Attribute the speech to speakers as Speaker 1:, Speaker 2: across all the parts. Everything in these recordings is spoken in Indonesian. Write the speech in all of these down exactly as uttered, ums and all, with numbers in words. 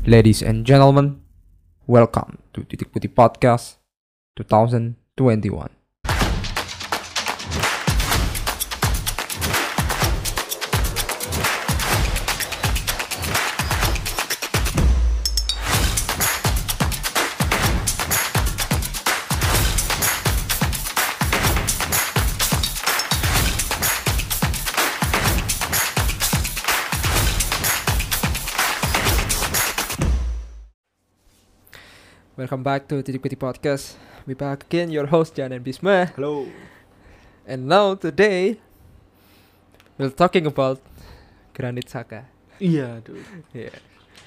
Speaker 1: Ladies and gentlemen, welcome to Titik Putih Podcast twenty twenty-one. Welcome back to Titik Putih Podcast. We back again, your host Jan and Bisma.
Speaker 2: Hello.
Speaker 1: And now today we're talking about Granit Xhaka.
Speaker 2: Iya, aduh.
Speaker 1: Yeah.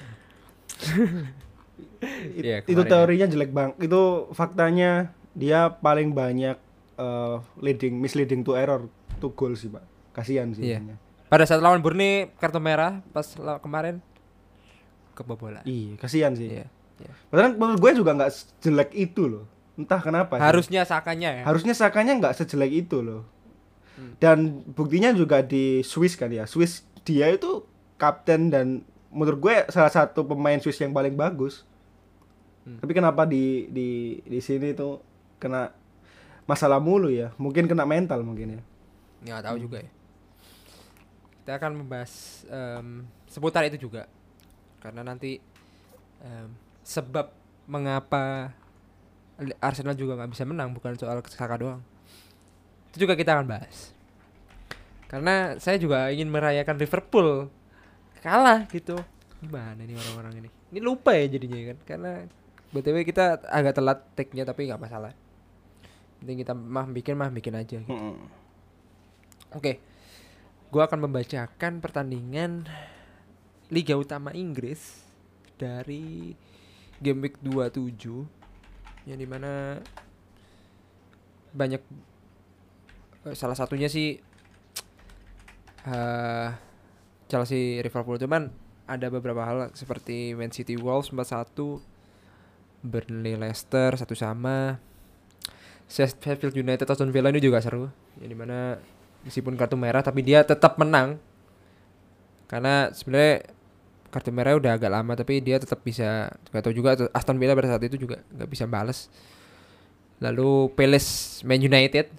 Speaker 2: It,
Speaker 1: Iya,
Speaker 2: itu
Speaker 1: kemarin
Speaker 2: teorinya jelek bang. Itu faktanya dia paling banyak uh, leading, misleading to error to goal sih pak. Kasihan sih.
Speaker 1: Iya.
Speaker 2: sebenarnya.
Speaker 1: Pada saat lawan Burnley kartu merah pas law- kemarin kebobolan.
Speaker 2: Iya, kasihan sih.
Speaker 1: Iya. Iya.
Speaker 2: Padahal menurut gue juga nggak jelek itu loh. Entah kenapa. sih.
Speaker 1: Harusnya Sakanya ya.
Speaker 2: Harusnya Sakanya nggak sejelek itu loh.
Speaker 1: Hmm.
Speaker 2: Dan buktinya juga di Swiss kan ya. Swiss dia itu kapten dan menurut gue salah satu pemain Swiss yang paling bagus.
Speaker 1: Hmm.
Speaker 2: Tapi kenapa di di di sini tuh kena masalah mulu ya? Mungkin kena mental mungkin ya.
Speaker 1: Nggak tahu juga ya. Kita akan membahas em, seputar itu juga. Karena nanti em, sebab mengapa Arsenal juga nggak bisa menang bukan soal Saka doang. Itu juga kita akan bahas. Karena saya juga ingin merayakan Liverpool kalah gitu. Gimana nih orang-orang ini? Ini lupa ya jadinya kan. Karena B T W kita agak telat take-nya tapi nggak masalah. Penting kita mah bikin mah bikin aja gitu.
Speaker 2: Mm-mm.
Speaker 1: Oke. Gua akan membacakan pertandingan Liga Utama Inggris dari game week dua puluh tujuh yang dimana banyak eh, salah satunya sih uh, Chelsea Liverpool, cuman ada beberapa hal seperti Man City Wolves empat satu, Burnley Leicester satu sama, Sheffield United Aston Villa ini juga seru yang dimana meskipun kartu merah tapi dia tetap menang karena sebenarnya kartu merah udah agak lama tapi dia tetap bisa, gak tahu juga Aston Villa pada saat itu juga nggak bisa balas. Lalu Palace Man United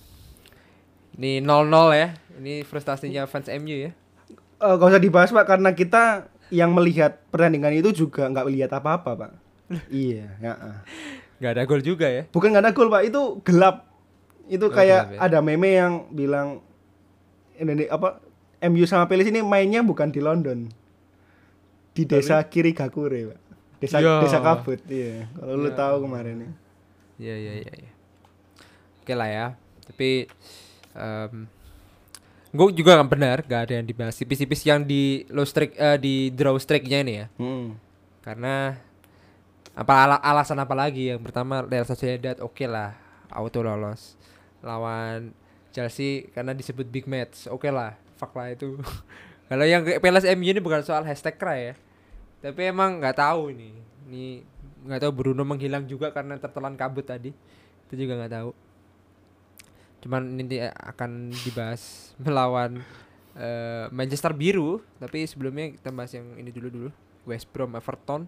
Speaker 1: ini nol nol ya, ini frustasinya fans M U ya.
Speaker 2: Uh, gak usah dibahas pak karena kita yang melihat pertandingan itu juga nggak melihat apa-apa pak. Iya, ya.
Speaker 1: Nggak ada gol juga ya.
Speaker 2: Bukan nggak ada gol pak, itu gelap. Itu
Speaker 1: Oh,
Speaker 2: kayak
Speaker 1: gelap ya.
Speaker 2: ada meme yang bilang ini apa M U sama Palace ini mainnya bukan di London, di desa Kirigakure pak. Desa
Speaker 1: Ya.
Speaker 2: desa kabut. Iya. Kalau lu
Speaker 1: Ya.
Speaker 2: tahu kemarin ya.
Speaker 1: Iya iya iya. Ya. Oke lah ya. Tapi um, gue juga nggak benar, nggak ada yang dibahas. Tipis-tipis yang di low streak, eh, di draw streaknya ini ya.
Speaker 2: Hmm.
Speaker 1: Karena apa ala- alasan apa lagi? Yang pertama Real Sociedad oke lah, auto lolos. Lawan Chelsea karena disebut big match, oke lah, fuck lah itu. Kalau yang kayak Palace M U ini bukan soal hashtag cry ya, tapi emang nggak tahu ini, ini nggak tahu Bruno menghilang juga karena tertelan kabut tadi, itu juga nggak tahu. Cuman ini akan dibahas melawan eh, Manchester Biru, tapi sebelumnya kita bahas yang ini dulu dulu. West Brom Everton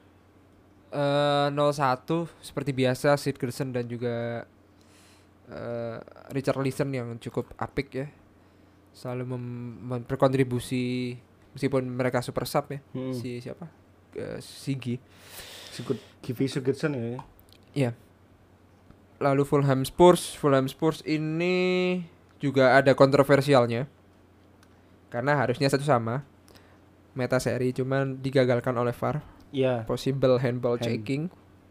Speaker 1: eh nol satu seperti biasa, Sigurdsson dan juga eh, Richarlison yang cukup apik ya, selalu mem- mem- berkontribusi meskipun mereka super sub ya.
Speaker 2: Hmm.
Speaker 1: Si siapa? Eh, Sigi.
Speaker 2: Sikut Givi Sigurdsson ya.
Speaker 1: Iya. Lalu Fulham Spurs, Fulham Spurs ini juga ada kontroversialnya. Karena harusnya satu sama meta seri cuman digagalkan oleh V A R,
Speaker 2: Iya.
Speaker 1: possible handball
Speaker 2: Hand.
Speaker 1: checking.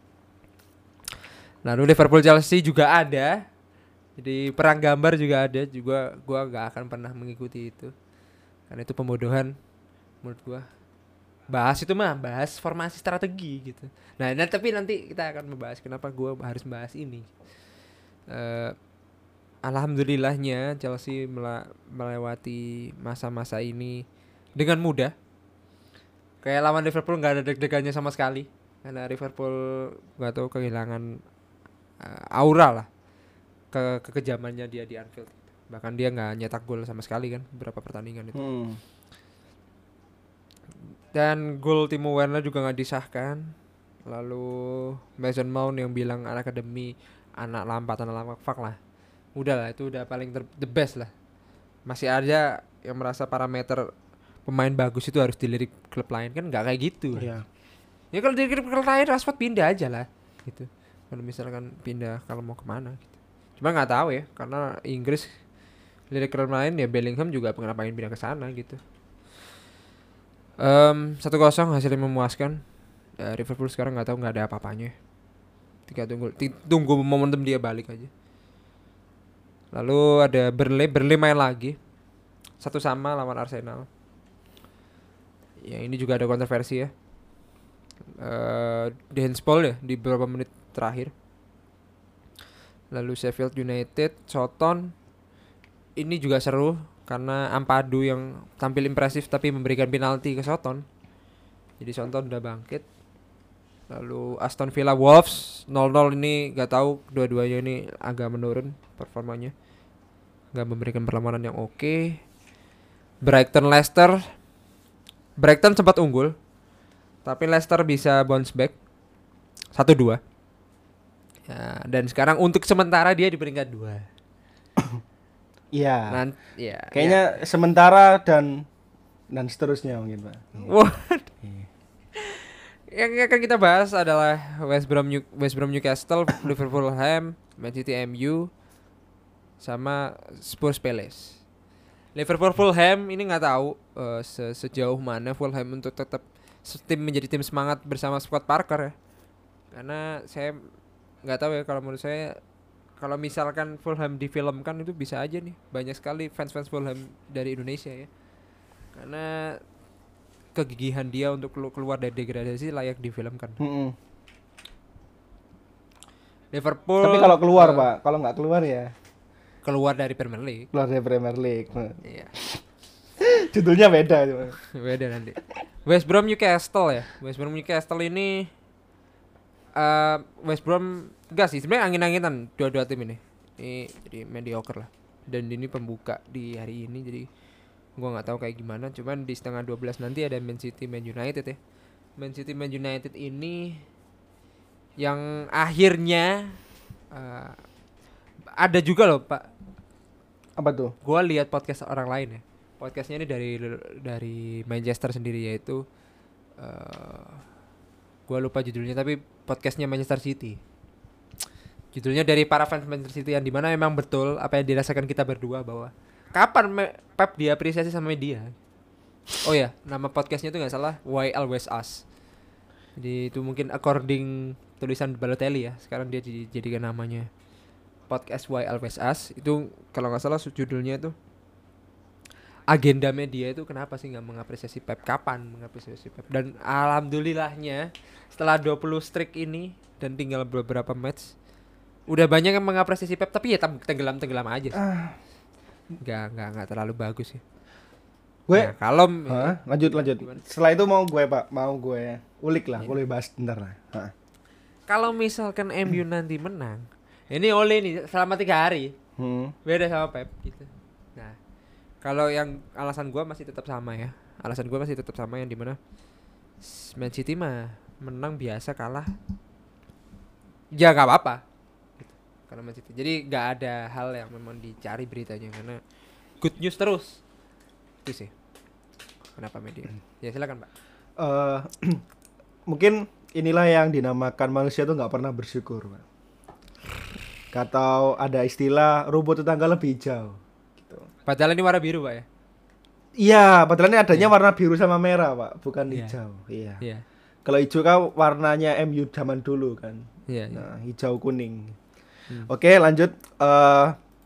Speaker 1: Lalu Liverpool Chelsea juga ada. Jadi perang gambar juga ada juga, gua gak akan pernah mengikuti itu. Karena itu pembodohan menurut gua. Bahas itu mah bahas formasi strategi gitu. Nah, nah tapi nanti kita akan membahas kenapa gua harus membahas ini. Eh, alhamdulillahnya Chelsea mela- melewati masa-masa ini dengan mudah. Kayak lawan Liverpool nggak ada deg-degannya sama sekali karena Liverpool nggak tahu kehilangan uh, aura lah ke kekejamannya dia di Anfield. Bahkan dia nggak nyetak gol sama sekali kan beberapa pertandingan itu.
Speaker 2: Hmm.
Speaker 1: Dan gol Timo Werner juga nggak disahkan. Lalu Mason Mount yang bilang anak akademi anak lambat anak lambat fuck lah. Udah lah itu udah paling ter- the best lah. Masih ada yang merasa parameter pemain bagus itu harus dilirik klub lain kan nggak kayak gitu.
Speaker 2: Iya.
Speaker 1: Ya kalau dilirik klub lain Rashford pindah aja lah gitu. Kalau misalkan pindah kalau mau kemana gitu. Cuma nggak tahu ya karena Inggris lirik klub lain ya Bellingham juga ngapain pindah ke sana gitu. Um, satu kosong hasilnya memuaskan. Ya, Liverpool sekarang nggak tahu nggak ada apa-apanya. Tiga tunggu ti- tunggu momentum dia balik aja. Lalu ada Burnley, Burnley main lagi satu sama lawan Arsenal. Ya ini juga ada kontroversi ya. Uh, di handsball ya di beberapa menit terakhir. Lalu Sheffield United, Soton ini juga seru karena Ampadu yang tampil impresif tapi memberikan penalti ke Soton. Jadi Soton udah bangkit. Lalu Aston Villa Wolves nol nol ini gak tahu dua-duanya ini agak menurun performanya. Gak memberikan perlawanan yang oke. Brighton Leicester. Brighton sempat unggul tapi Leicester bisa bounce back satu dua. Ya, dan sekarang untuk sementara dia di peringkat dua.
Speaker 2: Iya.
Speaker 1: Nan- ya,
Speaker 2: Kayaknya sementara dan dan seterusnya mungkin, Pak.
Speaker 1: Wah.
Speaker 2: Iya.
Speaker 1: Yang akan kita bahas adalah West Brom New- West Brom Newcastle, Liverpool Ham, Man City M U sama Spurs Palace. Liverpool Fulham ini nggak tahu uh, se- sejauh mana Fulham untuk tetap se- tim menjadi tim semangat bersama squad Parker ya. Karena saya nggak tahu ya kalau menurut saya kalau misalkan Fulham difilmkan itu bisa aja nih banyak sekali fans-fans Fulham dari Indonesia ya. Karena kegigihan dia untuk kelu- keluar dari degradasi layak difilmkan.
Speaker 2: Mm-mm.
Speaker 1: Liverpool
Speaker 2: Tapi kalau keluar,
Speaker 1: uh,
Speaker 2: Pak, kalau nggak keluar ya
Speaker 1: keluar dari Premier League.
Speaker 2: keluar dari Premier League.
Speaker 1: Iya.
Speaker 2: Judulnya beda itu.
Speaker 1: Beda nanti. West Brom Newcastle ya. West Brom Newcastle ini uh, West Brom enggak sih sebenarnya angin-anginan dua-dua tim ini. Ini jadi mediocre lah. Dan ini pembuka di hari ini jadi gua nggak tahu kayak gimana. Cuman di setengah dua belas nanti ada Man City Man United ya. Man City Man United ini yang akhirnya uh, ada juga loh Pak.
Speaker 2: Apa tuh?
Speaker 1: Gua lihat podcast orang lain ya. Podcastnya ini dari dari Manchester sendiri yaitu uh, gua lupa judulnya tapi podcastnya Manchester City. Judulnya dari para fans Manchester City yang dimana memang betul apa yang dirasakan kita berdua bahwa kapan me- Pep diapresiasi sama media. Oh ya, nama podcastnya itu nggak salah Why Always Us. Jadi itu mungkin according tulisan Balotelli ya. Sekarang dia dijadikan namanya podcast Why Always Us. Itu kalau nggak salah judulnya itu agenda media itu kenapa sih nggak mengapresiasi Pep, kapan mengapresiasi Pep. Dan alhamdulillahnya setelah dua puluh streak ini dan tinggal beberapa match udah banyak yang mengapresiasi Pep tapi ya tenggelam-tenggelam aja sih.
Speaker 2: Ah.
Speaker 1: Nggak nggak nggak terlalu bagus ya.
Speaker 2: Gue
Speaker 1: Nah, kalau
Speaker 2: Hah? lanjut lanjut. Setelah itu mau gue, Pak, mau gue ulik lah, boleh bahas bentar lah. Hah.
Speaker 1: kalau misalkan M U nanti menang, ini Ole nih selama tiga hari
Speaker 2: Hmm.
Speaker 1: beda sama Pep gitu. Nah, kalau yang alasan gua masih tetap sama ya. Alasan gua masih tetap sama yang dimana Man City mah menang biasa kalah. Ya nggak apa-apa. Gitu. Karena Man City. Jadi nggak ada hal yang memang dicari beritanya karena good news terus. Itu sih. Kenapa media? Ya silakan Pak.
Speaker 2: Eh, mungkin inilah yang dinamakan manusia tuh nggak pernah bersyukur, Pak. Atau ada istilah rumput tetangga lebih hijau. Gitu.
Speaker 1: Padahal ini warna biru Pak ya.
Speaker 2: Iya, padahal ini adanya warna biru sama merah, Pak, bukan
Speaker 1: Iya.
Speaker 2: hijau. Iya.
Speaker 1: Iya.
Speaker 2: Kalau hijau kan warnanya M U zaman dulu kan.
Speaker 1: Iya. iya.
Speaker 2: Nah, hijau kuning.
Speaker 1: Hmm.
Speaker 2: Oke, lanjut. Eh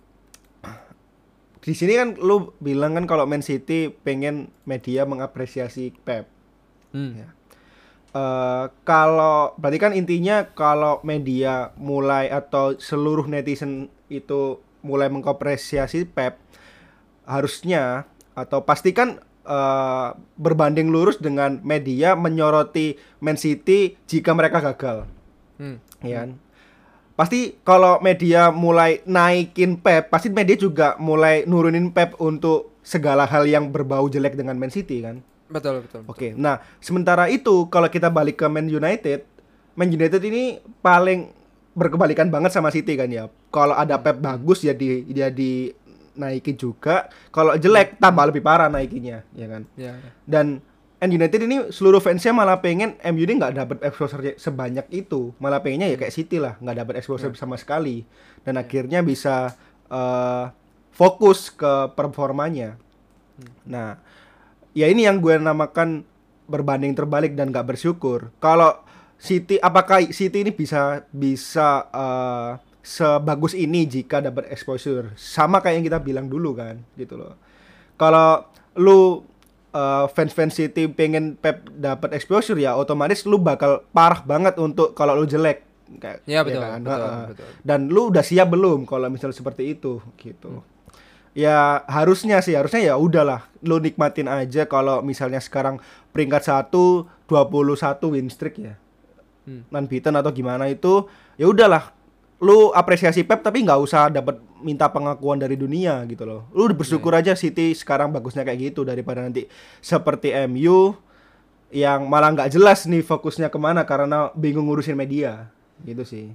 Speaker 2: di sini kan lu bilang kan kalau Man City pengen media mengapresiasi Pep.
Speaker 1: Hmm.
Speaker 2: Ya. Eh kalau berarti kan intinya kalau media mulai atau seluruh netizen itu mulai mengapresiasi Pep, harusnya atau pastikan eh, berbanding lurus dengan media menyoroti Man City jika mereka gagal.
Speaker 1: Hmm.
Speaker 2: Ya kan? Pasti kalau media mulai naikin Pep, pasti media juga mulai nurunin Pep untuk segala hal yang berbau jelek dengan Man City kan.
Speaker 1: Betul, betul, betul.
Speaker 2: Oke, nah sementara itu kalau kita balik ke Man United, Man United ini paling berkebalikan banget sama City kan ya. Kalau ada Pep bagus ya di dia dinaikin juga, kalau jelek tambah lebih parah naikinnya, ya kan.
Speaker 1: Ya, ya.
Speaker 2: Dan Man United ini seluruh fansnya malah pengen M U ini nggak dapat exposure sebanyak itu, malah pengennya ya kayak City lah, nggak dapat exposure sama sekali, dan akhirnya bisa uh, fokus ke performanya. Nah, ya ini yang gue namakan berbanding terbalik dan gak bersyukur. Kalau City, apakah City ini bisa bisa uh, sebagus ini jika dapat exposure? Sama kayak yang kita bilang dulu kan, gitu loh. Kalau lu uh, fans-fans City pengen Pep dapat exposure ya otomatis lu bakal parah banget untuk kalau lu jelek. Kayak,
Speaker 1: Ya, betul,
Speaker 2: ya kan?
Speaker 1: betul,
Speaker 2: Uh-uh.
Speaker 1: betul.
Speaker 2: Dan lu udah siap belum kalau misalnya seperti itu, gitu. Hmm. Ya harusnya sih harusnya ya udahlah lu nikmatin aja kalau misalnya sekarang peringkat satu dua puluh satu win streak ya, hmm. unbeaten atau gimana itu, ya udahlah lu apresiasi Pep tapi nggak usah dapat minta pengakuan dari dunia gitu loh. Lu bersyukur yeah. aja City sekarang bagusnya kayak gitu daripada nanti seperti M U yang malah nggak jelas nih fokusnya kemana karena bingung ngurusin media gitu sih.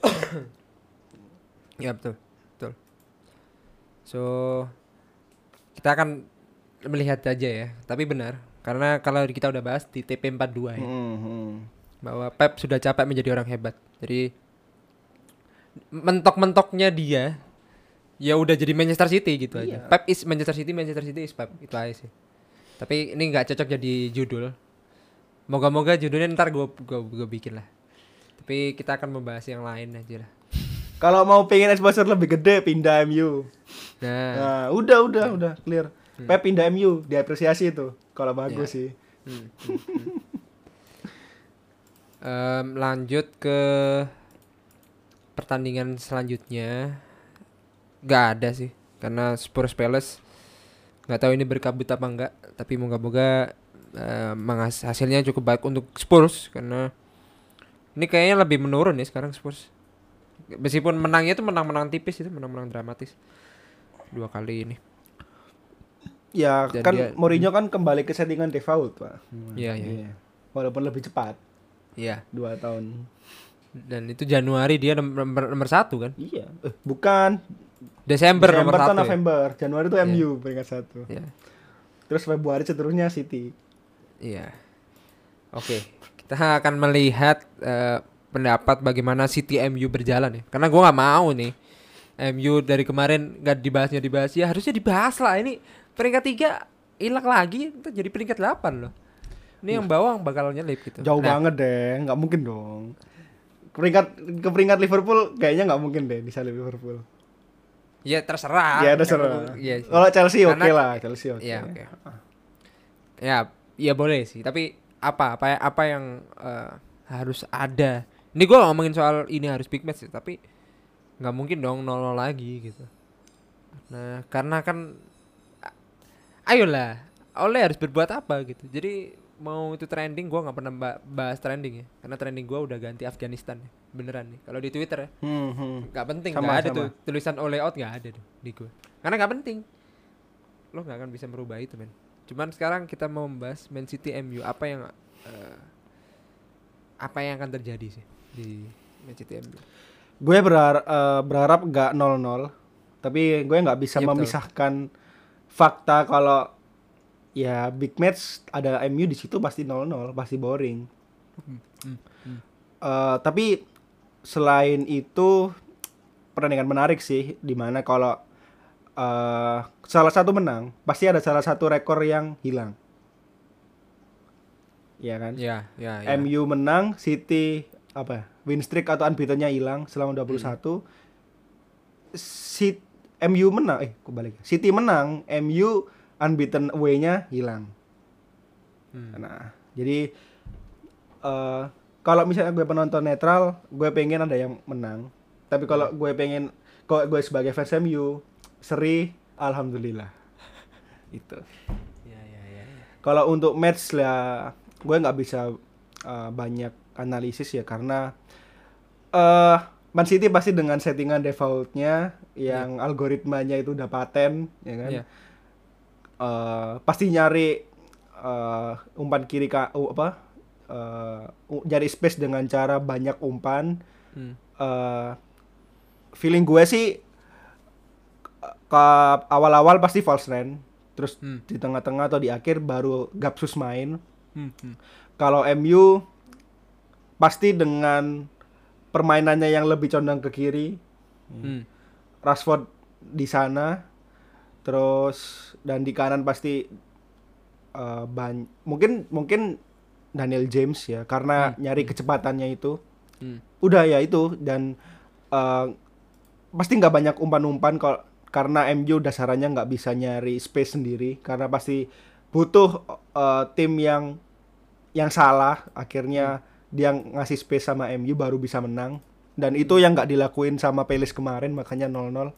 Speaker 1: Ya betul. So kita akan melihat aja ya. Tapi benar, karena kalau kita udah bahas di T P empat puluh dua ya, mm-hmm. bahwa Pep sudah capek menjadi orang hebat. Jadi mentok-mentoknya dia ya udah jadi Manchester City gitu iya. aja. Pep is Manchester City, Manchester City is Pep, itu aja sih. Tapi ini nggak cocok jadi judul. Moga-moga judulnya ntar gue gue bikin lah. Tapi kita akan membahas yang lain aja lah.
Speaker 2: Kalau mau pengen exposure lebih gede pindah M U.
Speaker 1: Nah,
Speaker 2: nah udah udah nah. udah clear. Hmm. Pep pindah M U, diapresiasi itu. Kalau bagus ya. sih. Hmm. Hmm.
Speaker 1: um, lanjut ke pertandingan selanjutnya. Gak ada sih, karena Spurs Palace nggak tahu ini berkabut apa enggak. Tapi moga-moga uh, hasilnya cukup baik untuk Spurs karena ini kayaknya lebih menurun ya sekarang Spurs. Meskipun menangnya itu menang-menang tipis itu, menang-menang dramatis dua kali ini.
Speaker 2: Ya dan kan dia, Mourinho kan kembali ke settingan default pak.
Speaker 1: Iya hmm. iya.
Speaker 2: Walaupun lebih cepat.
Speaker 1: Iya.
Speaker 2: Dua tahun.
Speaker 1: Dan itu Januari dia nomor, nomor satu kan?
Speaker 2: Iya. Eh, bukan.
Speaker 1: Desember, Desember nomor
Speaker 2: atau
Speaker 1: satu.
Speaker 2: November. Ya? Januari itu M U yeah. peringkat satu. Iya. Terus Februari seterusnya City.
Speaker 1: Iya. Oke. Okay. Kita akan melihat. Uh, pendapat bagaimana City M U berjalan ya, karena gue nggak mau nih M U dari kemarin nggak dibahasnya dibahas ya harusnya dibahas lah. Ini peringkat tiga hilang lagi, kita jadi peringkat delapan loh. Ini yang bawah bakal nyelip gitu.
Speaker 2: Jauh nah. banget deh, nggak mungkin dong. Peringkat ke peringkat Liverpool kayaknya nggak mungkin deh disalip Liverpool.
Speaker 1: Ya terserah.
Speaker 2: Ya terserah. Ya, kalau Chelsea oke okay lah, Chelsea oke. Okay.
Speaker 1: Ya oke. Okay. Ya, ya boleh sih. Tapi apa apa apa yang uh, harus ada? Ini gue ngomongin soal ini harus big match sih, tapi nggak mungkin dong nol nol lagi gitu. Nah karena kan, ayolah, Ole harus berbuat apa gitu. Jadi mau itu trending, gue nggak pernah bahas trending ya, karena trending gue udah ganti Afghanistan ya, beneran nih. Kalau di Twitter ya, hmm, hmm. nggak penting, nggak ada sama. Tuh tulisan Ole out nggak ada tuh di gue, karena nggak penting. Lo nggak akan bisa merubah itu men. Cuman sekarang kita mau membahas Man City M U, apa yang uh, apa yang akan terjadi sih di Man City M U.
Speaker 2: Gue berharap uh, berharap nggak nol nol, tapi gue nggak bisa ya, memisahkan betul. Fakta kalau ya big match ada M U di situ pasti nol nol, pasti boring. Hmm, hmm, hmm. Uh, tapi selain itu pertandingan menarik sih, dimana kalau uh, salah satu menang pasti ada salah satu rekor yang hilang. Ya kan?
Speaker 1: Ya, ya, ya.
Speaker 2: M U menang, City apa? Win streak atau unbeaten-nya hilang selama dua puluh satu. Hmm. City, M U menang, eh kok balik. City menang, M U unbeaten away-nya hilang. Hmm. Nah, jadi uh, kalau misalnya gue penonton netral, gue pengen ada yang menang. Tapi kalau gue pengen, kalau gue sebagai fans M U, seri, alhamdulillah. Itu.
Speaker 1: Ya, ya, ya, ya.
Speaker 2: Kalau untuk match lah, gue nggak bisa uh, banyak analisis ya karena uh, Man City pasti dengan settingan defaultnya yang yeah. algoritmanya itu udah paten, ya kan? Yeah. Uh, pasti nyari uh, umpan kiri ka, uh, apa uh, u- cari space dengan cara banyak umpan.
Speaker 1: Hmm.
Speaker 2: Uh, feeling gue sih ke awal-awal pasti false nine, terus
Speaker 1: Hmm.
Speaker 2: di tengah-tengah atau di akhir baru Gapsus main.
Speaker 1: Hmm. Hmm.
Speaker 2: Kalau M U pasti dengan permainannya yang lebih condong ke kiri,
Speaker 1: Hmm.
Speaker 2: Rashford di sana, terus dan di kanan pasti uh, ban- mungkin mungkin Daniel James ya karena
Speaker 1: Hmm.
Speaker 2: nyari kecepatannya itu.
Speaker 1: Hmm.
Speaker 2: Udah ya itu dan uh, pasti nggak banyak umpan-umpan kalau karena M U dasarannya nggak bisa nyari space sendiri karena pasti butuh uh, tim yang yang salah akhirnya dia ngasih space sama M U baru bisa menang dan itu yang nggak dilakuin sama Palace kemarin makanya nol nol.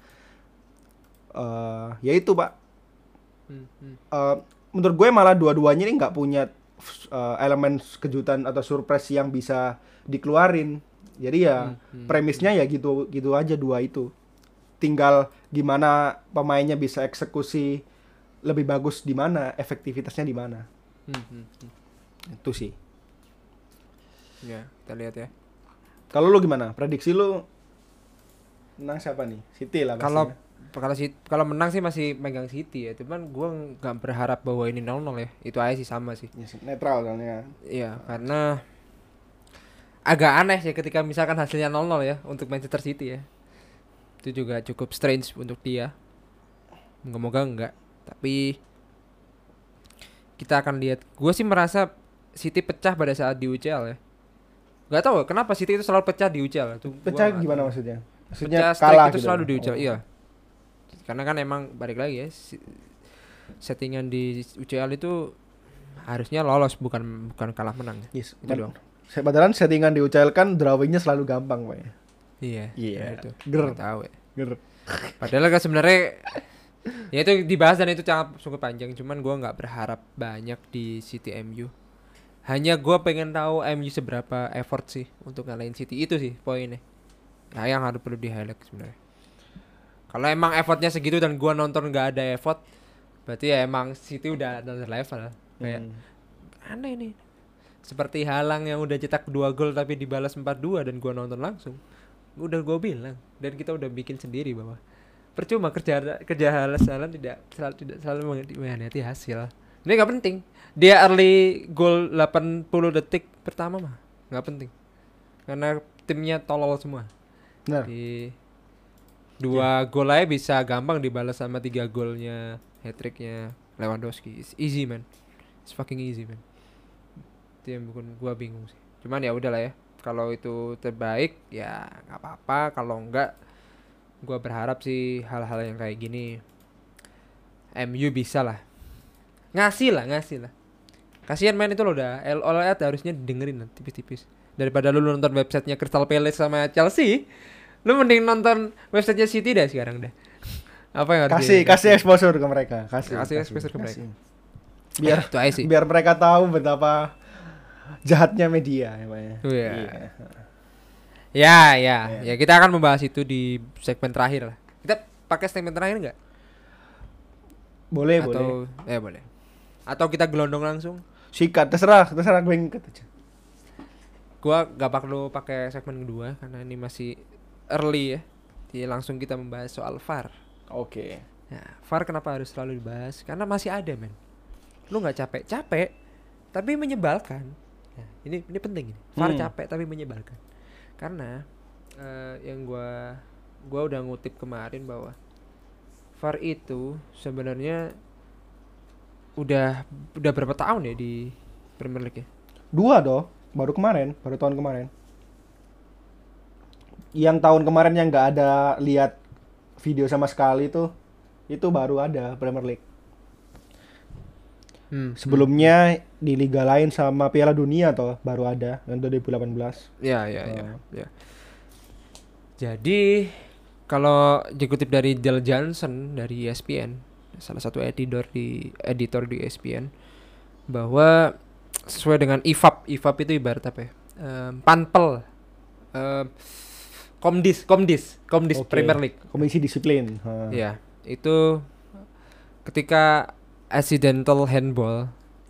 Speaker 2: Uh, ya itu Pak.
Speaker 1: Hmm. Hmm.
Speaker 2: Uh, menurut gue malah dua-duanya ini nggak punya uh, elemen kejutan atau surprise yang bisa dikeluarin. Jadi ya
Speaker 1: Hmm. Hmm.
Speaker 2: premisnya ya gitu gitu aja dua itu. Tinggal gimana pemainnya bisa eksekusi lebih bagus di mana, efektivitasnya di mana.
Speaker 1: Hmm. Hmm. Hmm.
Speaker 2: Itu sih.
Speaker 1: Ya, kita lihat ya.
Speaker 2: Kalau lu gimana? Prediksi lu menang siapa nih? City lah pasti.
Speaker 1: Kalau kalau si kalau menang sih masih megang City ya. Cuman gua nggak berharap bahwa ini nol nol ya. Itu aja sih sama sih.
Speaker 2: Ya, netral soalnya.
Speaker 1: Iya, karena agak aneh sih ketika misalkan hasilnya nol nol ya untuk Manchester City ya. Itu juga cukup strange untuk dia. Moga-moga enggak. Tapi kita akan lihat. Gua sih merasa City pecah pada saat di U C L ya. Gak tahu kenapa City itu selalu pecah di U C L. Itu gua
Speaker 2: Pecah
Speaker 1: nggak
Speaker 2: gimana
Speaker 1: tahu.
Speaker 2: maksudnya? Maksudnya
Speaker 1: Pecah streak
Speaker 2: kalah
Speaker 1: itu
Speaker 2: gitu.
Speaker 1: selalu di U C L,
Speaker 2: Oh.
Speaker 1: iya. Karena kan emang balik lagi ya si- settingan di U C L itu harusnya lolos bukan bukan kalah menang.
Speaker 2: Yes.
Speaker 1: Itu dong.
Speaker 2: Saya padahal settingan di U C L kan drawingnya selalu gampang, Pak.
Speaker 1: Iya.
Speaker 2: Iya.
Speaker 1: nah itu.
Speaker 2: Ger.
Speaker 1: Nggak tahu ya.
Speaker 2: Ger.
Speaker 1: Padahal kan sebenarnya ya itu dibahas dan itu sangat cukup panjang. Cuman gua nggak berharap banyak di City M U. Hanya gua pengen tahu M U seberapa effort sih untuk ngalahin City itu sih poinnya. Nah yang harus perlu di highlight sebenarnya. Kalau emang effortnya segitu dan gua nonton nggak ada effort, berarti ya emang City udah another level. Kayak
Speaker 2: Hmm.
Speaker 1: aneh nih. Seperti Halang yang udah cetak dua gol tapi dibalas empat dua dan gua nonton langsung. Udah gua bilang dan kita udah bikin sendiri bahwa percuma kerja kerja Halang tidak selalu tidak selalu mengkhianati hasil. Ini nggak penting. Dia early gol delapan puluh detik pertama mah nggak penting. Karena timnya tolol semua.
Speaker 2: Benar.
Speaker 1: Di dua gol aja bisa gampang dibalas sama tiga golnya hat-tricknya Lewandowski. It's easy man. It's fucking easy man. Itu yang bikin gua bingung sih. Cuman ya udahlah ya. Kalau itu terbaik ya nggak apa-apa. Kalau enggak gua berharap sih hal-hal yang kayak gini M U bisa lah. Ngasih lah, ngasih lah. Kasihan main itu loh udah L O L harusnya dengerin lah tipis-tipis. Daripada lu nonton websitenya Crystal Palace sama Chelsea, lu mending nonton websitenya City dah sekarang dah. Apa yang harus
Speaker 2: Kasih
Speaker 1: di-
Speaker 2: kasih exposure ke mereka, kasih.
Speaker 1: Kasih exposure ke mereka.
Speaker 2: kasih. Biar
Speaker 1: Eh, itu aja sih.
Speaker 2: biar mereka tahu betapa jahatnya media ya, Pak ya.
Speaker 1: Oh, iya.
Speaker 2: Iya.
Speaker 1: Ya, ya,
Speaker 2: Iya.
Speaker 1: ya kita akan membahas itu di segmen terakhir lah. Kita pakai segmen terakhir nggak?
Speaker 2: Boleh,
Speaker 1: Atau
Speaker 2: boleh.
Speaker 1: eh boleh. Atau kita gelondong langsung?
Speaker 2: Sikat, terserah, terserah gue ngikut aja.
Speaker 1: Gua gak perlu pakai segmen kedua karena ini masih early ya. Jadi langsung kita membahas soal V A R.
Speaker 2: Oke.
Speaker 1: Nah, V A R kenapa harus selalu dibahas? Karena masih ada men. Lu nggak capek-capek, tapi menyebalkan. Nah, ini ini penting ini. V A R
Speaker 2: Hmm.
Speaker 1: capek tapi menyebalkan. Karena eh, yang gua gua udah ngutip kemarin bahwa V A R itu sebenarnya udah udah berapa tahun ya di Premier League ya?
Speaker 2: Dua doh, baru kemarin, baru tahun kemarin. Yang tahun kemarin yang nggak ada lihat video sama sekali tuh, itu baru ada Premier League.
Speaker 1: Hmm.
Speaker 2: Sebelumnya di liga lain sama Piala Dunia toh baru ada yang dua ribu delapan belas.
Speaker 1: Ya, ya, ya,
Speaker 2: Oh.
Speaker 1: ya. Jadi kalau dikutip dari Dale Johnson dari E S P N, salah satu editor di editor di E S P N, bahwa sesuai dengan I F A B, I F A B itu ibarat apa ya? Em, panpel, em, komdis, komdis, komdis
Speaker 2: Oke.
Speaker 1: Premier League.
Speaker 2: Komisi disiplin. Ha.
Speaker 1: Ya, itu ketika accidental handball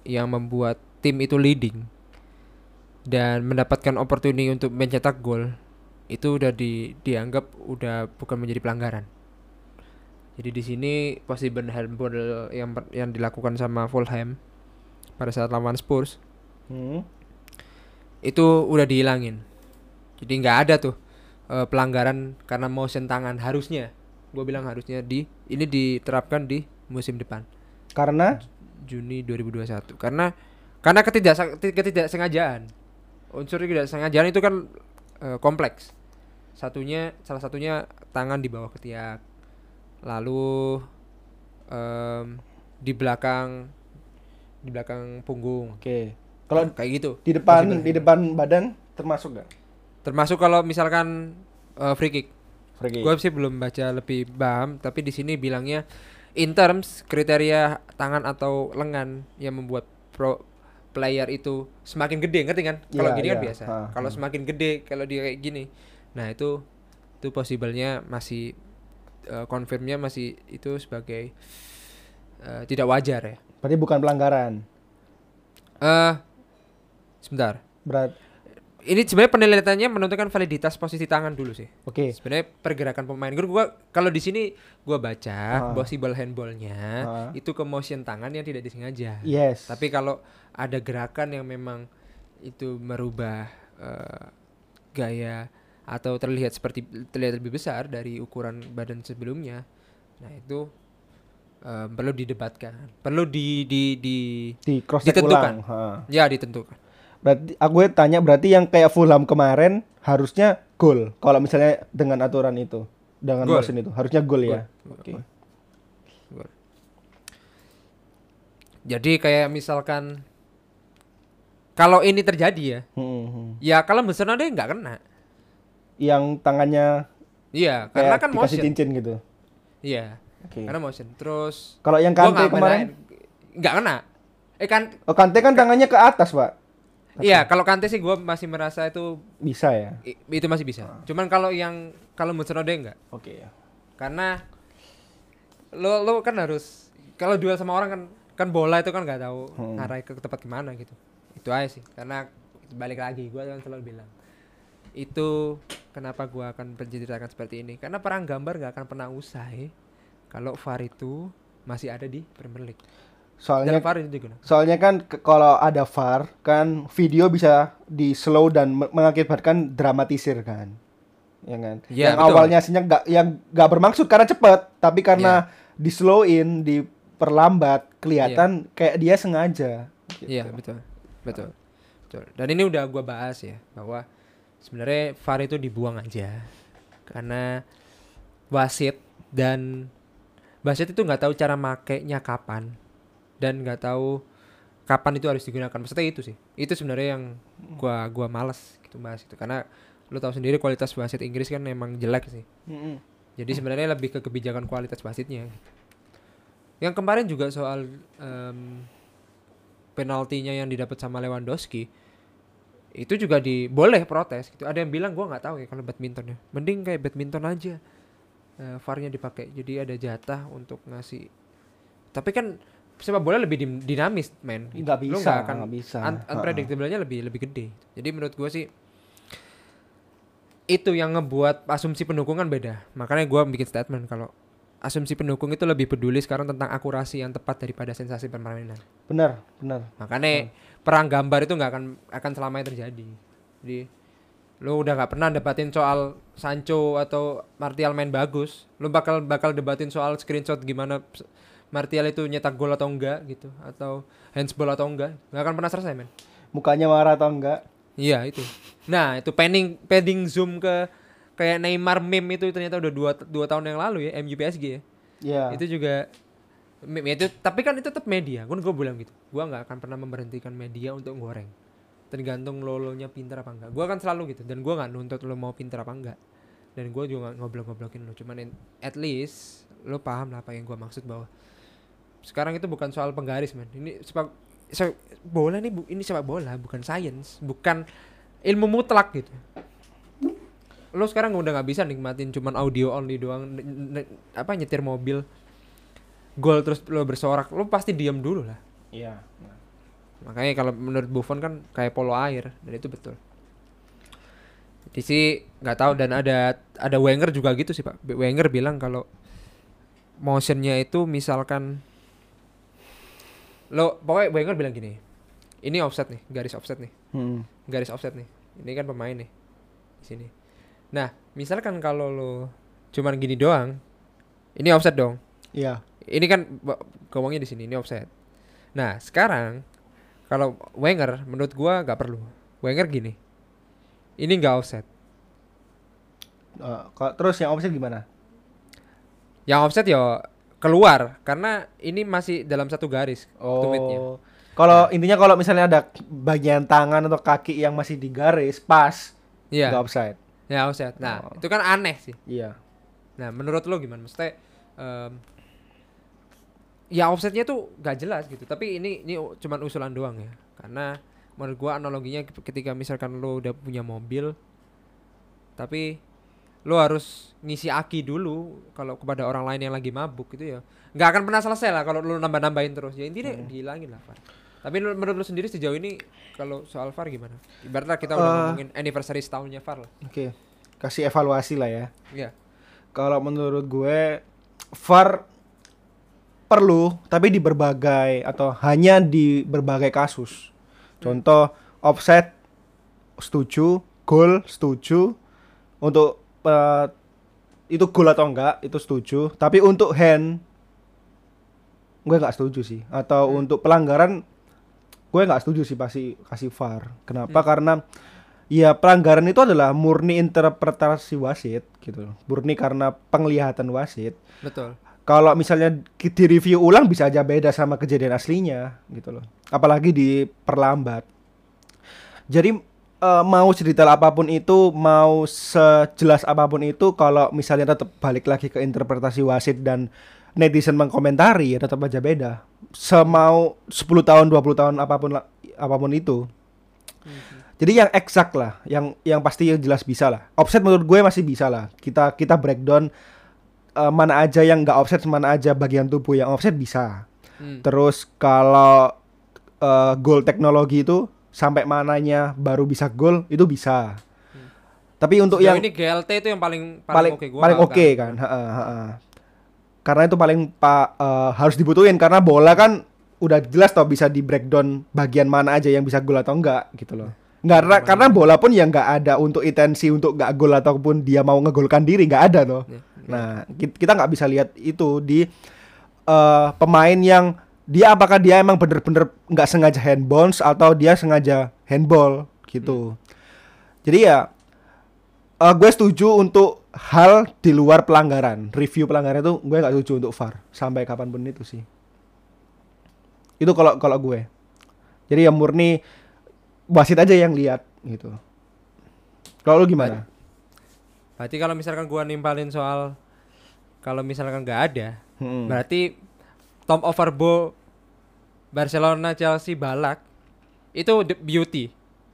Speaker 1: yang membuat tim itu leading dan mendapatkan opportunity untuk mencetak gol, itu udah di, dianggap udah bukan menjadi pelanggaran. Jadi di sini possible handball yang yang dilakukan sama Fulham pada saat lawan Spurs
Speaker 2: Hmm.
Speaker 1: itu udah dihilangin. Jadi nggak ada tuh uh, pelanggaran karena motion tangan. Harusnya, gue bilang harusnya di ini diterapkan di musim depan.
Speaker 2: Karena
Speaker 1: Juni dua ribu dua puluh satu. Karena karena ketidak ketidaksengajaan. Unsur ketidaksengajaan itu kan uh, kompleks. Satunya salah satunya tangan di bawah ketiak. Lalu um, di belakang di belakang punggung.
Speaker 2: Oke. Kalau
Speaker 1: kayak gitu.
Speaker 2: Di depan
Speaker 1: Possible.
Speaker 2: di depan badan termasuk gak?
Speaker 1: Termasuk kalau misalkan uh, free kick.
Speaker 2: Free kick.
Speaker 1: Gue sih belum baca lebih paham, tapi di sini bilangnya in terms kriteria tangan atau lengan yang membuat pro player itu semakin gede, ngerti kan? Kalau
Speaker 2: Iya,
Speaker 1: gini kan
Speaker 2: iya.
Speaker 1: biasa.
Speaker 2: Ha,
Speaker 1: Kalau
Speaker 2: ha.
Speaker 1: semakin gede, kalau dia kayak gini, nah itu itu possible-nya masih uh, confirm-nya masih itu sebagai uh, tidak wajar ya.
Speaker 2: Berarti bukan pelanggaran.
Speaker 1: Eh, uh, sebentar.
Speaker 2: Berat.
Speaker 1: Ini sebenarnya penelitiannya menentukan validitas posisi tangan dulu sih.
Speaker 2: Oke. Okay.
Speaker 1: Sebenarnya pergerakan pemain. Gue gua kalau di sini gua baca
Speaker 2: ha.
Speaker 1: possible handballnya ha. itu ke motion tangan yang tidak disengaja.
Speaker 2: Yes.
Speaker 1: Tapi kalau ada gerakan yang memang itu merubah uh, gaya atau terlihat seperti terlihat lebih besar dari ukuran badan sebelumnya, nah itu uh, perlu didebatkan, perlu di di di,
Speaker 2: di cross
Speaker 1: ditentukan.
Speaker 2: Ulang. Ha.
Speaker 1: Ya ditentukan.
Speaker 2: Berarti aku tanya berarti yang kayak Fulham kemarin harusnya gol. Kalau misalnya dengan aturan itu, dengan
Speaker 1: goal.
Speaker 2: motion itu harusnya gol ya.
Speaker 1: Oke. Okay. Jadi kayak misalkan kalau ini terjadi ya, hmm, hmm. ya kalau besar dia nggak kena.
Speaker 2: Yang tangannya,
Speaker 1: iya, karena kan
Speaker 2: dikasih
Speaker 1: motion.
Speaker 2: cincin gitu.
Speaker 1: Iya, okay. Karena motion. Terus
Speaker 2: kalau yang Kante kemarin
Speaker 1: nggak kena. Eh kan?
Speaker 2: Oh Kante kan tangannya ke atas pak.
Speaker 1: Iya, kalau Kante sih gue masih merasa itu
Speaker 2: bisa ya.
Speaker 1: I, itu masih bisa. Ah. Cuman kalau yang kalau Mutsunode enggak.
Speaker 2: Oke okay, ya.
Speaker 1: Karena lo lo kan harus kalau duel sama orang kan kan bola itu kan nggak tahu hmm. ngarah ke tempat kemana gitu. Itu aja sih. Karena balik lagi gue kan selalu bilang itu kenapa gue akan menceritakan seperti ini. Karena perang gambar nggak akan pernah usai kalau V A R itu masih ada di Premier League.
Speaker 2: Soalnya soalnya kan ke, kalau ada V A R kan video bisa di slow dan me- mengakibatkan dramatisir kan, ya kan? Ya, yang betul. Awalnya aslinya nggak yang nggak bermaksud karena cepet, tapi karena ya. di slowin, diperlambat, kelihatan ya. kayak dia sengaja.
Speaker 1: Iya gitu. betul, betul, betul. Dan ini udah gua bahas ya bahwa sebenarnya V A R itu dibuang aja karena wasit dan wasit itu nggak tahu cara makainya kapan. Dan nggak tahu kapan itu harus digunakan. Maksudnya itu sih. Itu sebenarnya yang gua gua malas gitu bahas itu karena lu tahu sendiri kualitas wasit Inggris kan emang jelek sih. Mm-hmm. Jadi sebenarnya lebih ke kebijakan kualitas wasitnya. Yang kemarin juga soal um, penaltinya yang didapat sama Lewandowski itu juga di boleh protes gitu. Ada yang bilang gua nggak tahu ya kalau badminton ya. Mending kayak badminton aja. Uh, V A R-nya dipakai. Jadi ada jatah untuk ngasih. Tapi kan sepak bola lebih dinamis, men.
Speaker 2: Nggak bisa,
Speaker 1: lo nggak akan
Speaker 2: nggak bisa.
Speaker 1: Un- unpredictable-nya lebih lebih gede. Jadi menurut gue sih itu yang ngebuat asumsi pendukung kan beda. Makanya gue bikin statement kalau asumsi pendukung itu lebih peduli sekarang tentang akurasi yang tepat daripada sensasi permainan.
Speaker 2: Benar, benar.
Speaker 1: Makanya benar. Perang gambar itu nggak akan akan selamanya terjadi. Jadi lo udah nggak pernah debatin soal Sancho atau Martial main bagus. Lo bakal bakal debatin soal screenshot gimana Martial itu nyetak gol atau enggak gitu, atau handsball atau enggak, nggak akan pernah selesai men.
Speaker 2: Mukanya marah atau enggak?
Speaker 1: Iya itu. Nah itu padding padding zoom ke kayak Neymar meme itu ternyata udah dua, dua tahun yang lalu ya M U P S G ya.
Speaker 2: Iya.
Speaker 1: Itu juga meme itu, tapi kan itu tetap media. Kan gue bilang gitu, gue nggak akan pernah memberhentikan media untuk goreng. Tergantung lo lo nya pintar apa enggak. Gue kan selalu gitu, dan gue nggak nuntut lo mau pintar apa enggak. Dan gue juga nggak ngoblok-ngoblokin lo. Cuman in, at least lo paham lah apa yang gue maksud bahwa sekarang itu bukan soal penggaris men. Ini sepak sepak bola nih bu, ini sepak bola bukan sains, bukan ilmu mutlak gitu. Lo sekarang udah nggak bisa nikmatin cuman audio only doang, n- n- apa nyetir mobil, gol terus lo bersorak, lo pasti diam dulu lah.
Speaker 2: Iya.
Speaker 1: Makanya kalau menurut Buffon kan kayak polo air dan itu betul. Jadi sih nggak tahu dan ada ada Wenger juga gitu sih Pak. Wenger bilang kalau motionnya itu misalkan lo pokoknya Wenger bilang gini. Ini offset nih, garis offset nih.
Speaker 2: Hmm.
Speaker 1: Garis offset nih. Ini kan pemain nih di sini. Nah, misalkan kalau lo cuman gini doang, ini offset dong.
Speaker 2: Iya.
Speaker 1: Ini kan ngomongnya di sini, ini offset. Nah, sekarang kalau Wenger menurut gua nggak perlu. Wenger gini. Ini nggak offset.
Speaker 2: Uh, kok- terus yang offset gimana?
Speaker 1: Yang offset ya keluar karena ini masih dalam satu garis tumitnya.
Speaker 2: Oh. Kalau intinya kalau misalnya ada bagian tangan atau kaki yang masih di garis pas,
Speaker 1: Iya.
Speaker 2: nggak offside.
Speaker 1: Ya offset. Nah,
Speaker 2: Oh.
Speaker 1: itu kan aneh sih.
Speaker 2: Iya.
Speaker 1: Nah, menurut lo gimana? Maksudnya em, ya offsetnya tuh gak jelas gitu. Tapi ini ini cuman usulan doang ya. Karena menurut gua analoginya ketika misalkan lo udah punya mobil tapi lo harus ngisi aki dulu kalau kepada orang lain yang lagi mabuk gitu ya. Nggak akan pernah selesai lah kalau lo nambah-nambahin terus. Ya intinya
Speaker 2: Hmm.
Speaker 1: dihilangin lah, Far. Tapi lo- menurut lo sendiri sejauh ini kalau soal V A R gimana? Ibaratnya kita udah
Speaker 2: Uh,
Speaker 1: ngomongin anniversary setahunnya V A R lah.
Speaker 2: Oke. Kasih evaluasi lah ya.
Speaker 1: Iya.
Speaker 2: Kalau menurut gue V A R perlu tapi di berbagai atau hanya di berbagai kasus. Contoh offset setuju, gol setuju. Untuk uh, itu gol atau enggak itu setuju, tapi untuk hand gue nggak setuju sih. Atau
Speaker 1: Hmm.
Speaker 2: untuk pelanggaran gue nggak setuju sih pasti kasih V A R. Kenapa?
Speaker 1: Hmm.
Speaker 2: Karena ya pelanggaran itu adalah murni interpretasi wasit gitu loh. Murni karena penglihatan wasit.
Speaker 1: Betul.
Speaker 2: Kalau misalnya ki- di review ulang bisa aja beda sama kejadian aslinya gitu loh. Apalagi diperlambat. Jadi eh, mau sedetail apapun itu, mau sejelas apapun itu, kalau misalnya tetap balik lagi ke interpretasi wasit dan netizen mengkomentari ya tetap aja beda. Semau sepuluh tahun, dua puluh tahun apapun la- apapun itu. Jadi yang eksak lah, yang yang pasti yang jelas bisa lah. Offset menurut gue masih bisa lah. Kita kita breakdown uh, mana aja yang nggak offset, mana aja bagian tubuh yang offset bisa.
Speaker 1: Hmm.
Speaker 2: Terus kalau uh, goal teknologi itu sampai mananya baru bisa gol itu bisa. Tapi untuk
Speaker 1: Sejauh
Speaker 2: yang
Speaker 1: ini G L T itu yang paling
Speaker 2: paling
Speaker 1: paling oke gua
Speaker 2: paling
Speaker 1: nggak-
Speaker 2: oke
Speaker 1: nggak-
Speaker 2: kan. Ha, ha, ha. Karena itu paling pa, uh, harus dibutuhin karena bola kan udah jelas tau bisa di breakdown bagian mana aja yang bisa gol atau enggak gitu loh. Nggak, ra- karena bola pun yang nggak ada untuk intensi untuk nggak gol ataupun dia mau ngegolkan diri nggak ada tuh.
Speaker 1: Ya,
Speaker 2: Nah ki- kita nggak bisa lihat itu di uh, pemain yang dia apakah dia emang bener-bener nggak sengaja handballs atau dia sengaja handball gitu. Jadi ya uh, gue setuju untuk hal di luar pelanggaran. Review pelanggaran itu gue nggak setuju untuk V A R sampai kapanpun itu sih. Itu kalau kalau gue. Jadi ya murni wasit aja yang lihat gitu. Kalau lu gimana?
Speaker 1: Berarti kalau misalkan gua nimpalin soal kalau misalkan nggak ada,
Speaker 2: Hmm.
Speaker 1: berarti Tom Overbo Barcelona Chelsea Balak itu the beauty.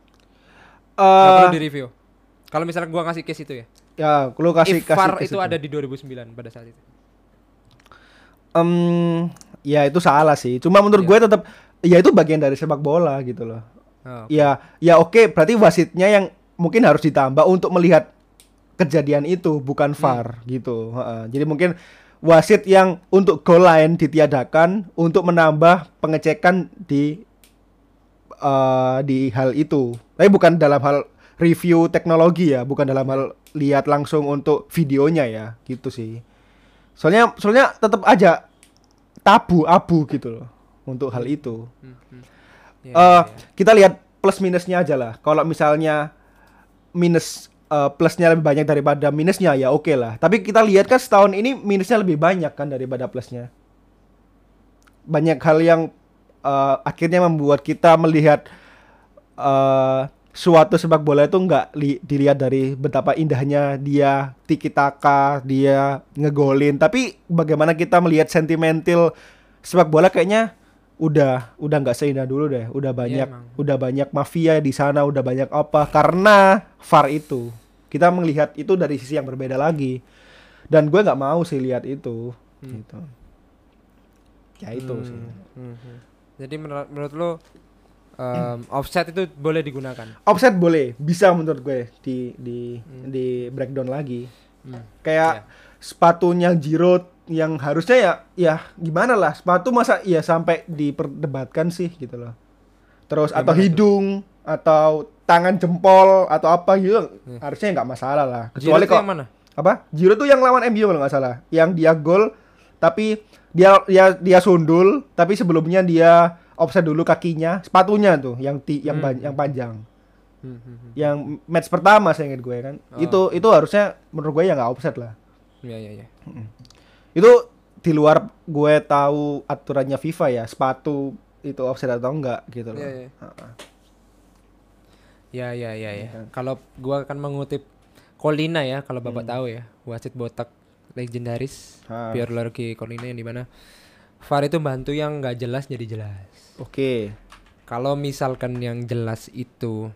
Speaker 1: Nggak
Speaker 2: Eh,
Speaker 1: perlu di review. Kalau misalkan gua ngasih case itu ya.
Speaker 2: ya, lu kasih
Speaker 1: If
Speaker 2: kasih
Speaker 1: V A R
Speaker 2: kasih
Speaker 1: itu ada di dua ribu sembilan pada saat itu.
Speaker 2: Em, ya itu salah sih. Cuma menurut
Speaker 1: Iya.
Speaker 2: gue tetap ya itu bagian dari sepak bola gitu loh.
Speaker 1: Oh,
Speaker 2: Ya, ya oke, berarti wasitnya yang mungkin harus ditambah untuk melihat kejadian itu, bukan V A R gitu. Heeh. Jadi mungkin wasit yang untuk goal line ditiadakan untuk menambah pengecekan di eh, di hal itu. Tapi bukan dalam hal review teknologi ya, bukan dalam hal lihat langsung untuk videonya ya, gitu sih. Soalnya soalnya tetap aja tabu abu gitu loh untuk hal itu.
Speaker 1: Hmm, hmm. Iya,
Speaker 2: Eh,
Speaker 1: iya, iya.
Speaker 2: kita lihat plus minusnya aja lah. Kalau misalnya minus eh, plusnya lebih banyak daripada minusnya ya oke lah. Tapi kita lihat kan setahun ini minusnya lebih banyak kan daripada plusnya. Banyak hal yang eh, akhirnya membuat kita melihat eh, suatu sepak bola itu nggak li- dilihat dari betapa indahnya dia tiki taka, dia ngegolin. Tapi bagaimana kita melihat sentimental sepak bola kayaknya udah udah nggak seindah dulu deh. Udah banyak
Speaker 1: emang.
Speaker 2: udah banyak mafia di sana, udah banyak apa karena V A R itu. Kita melihat itu dari sisi yang berbeda lagi. Dan gue nggak mau sih lihat itu
Speaker 1: Hmm.
Speaker 2: gitu. Ya itu
Speaker 1: Hmm,
Speaker 2: sih.
Speaker 1: hmm, hmm. Jadi menurut, menurut lo um, offset itu boleh digunakan.
Speaker 2: Offset boleh, bisa menurut gue di di hmm. di breakdown lagi. Hmm. Kayak yeah. sepatunya Giroud yang harusnya ya ya gimana lah, sepatu masa ya sampai diperdebatkan sih gitu loh. Terus gimana atau hidung tuh? Atau tangan jempol atau apa gitu hmm. harusnya nggak masalah lah. Kecuali kok yang mana? Apa? Giroud tuh yang lawan M U kalau nggak salah, yang dia gol tapi dia dia dia sundul tapi sebelumnya dia offset dulu kakinya, sepatunya tuh yang ti, yang hmm. yang panjang. Hmm, hmm, hmm. Yang match pertama saya ingat gue kan. Oh. Itu itu harusnya menurut gue ya nggak offset lah.
Speaker 1: Iya iya iya.
Speaker 2: Hmm. Itu di luar gue tahu aturannya FIFA ya, sepatu itu offset atau enggak gitu loh. Iya iya. Uh-uh.
Speaker 1: Ya ya ya ya. Hmm. Kalau gue akan mengutip Colina ya, kalau Bapak hmm. tahu ya, wasit botak legendaris ha. Pierluigi Collina yang dimana V A R itu bantu yang nggak jelas jadi jelas.
Speaker 2: Oke. Okay.
Speaker 1: Kalau misalkan yang jelas itu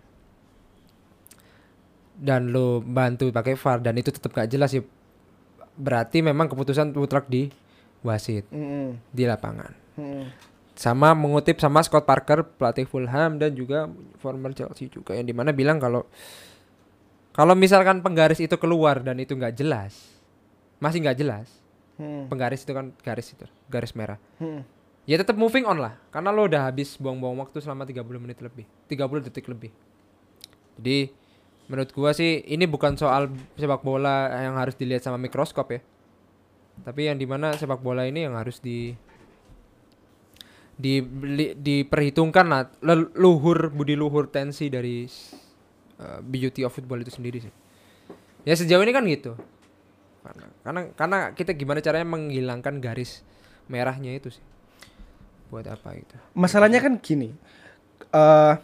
Speaker 1: dan lo bantu pakai V A R dan itu tetap nggak jelas ya, berarti memang keputusan mutlak di wasit mm-hmm. di lapangan. Mm-hmm. Sama mengutip sama Scott Parker pelatih Fulham dan juga former Chelsea juga yang dimana bilang kalau kalau misalkan penggaris itu keluar dan itu nggak jelas, masih nggak jelas. Hmm. Penggaris itu kan garis itu, garis merah. Hmm. Ya tetap moving on lah, karena lo udah habis buang-buang waktu selama tiga puluh menit lebih, tiga puluh detik lebih. Jadi menurut gua sih ini bukan soal sepak bola yang harus dilihat sama mikroskop ya. Tapi yang dimana sepak bola ini yang harus di di li, diperhitungkan lah luhur budi luhur tensi dari uh, beauty of football itu sendiri sih. Ya sejauh ini kan gitu. Karena, karena karena kita gimana caranya menghilangkan garis merahnya itu sih. Buat apa itu?
Speaker 2: Masalahnya kan gini. Uh,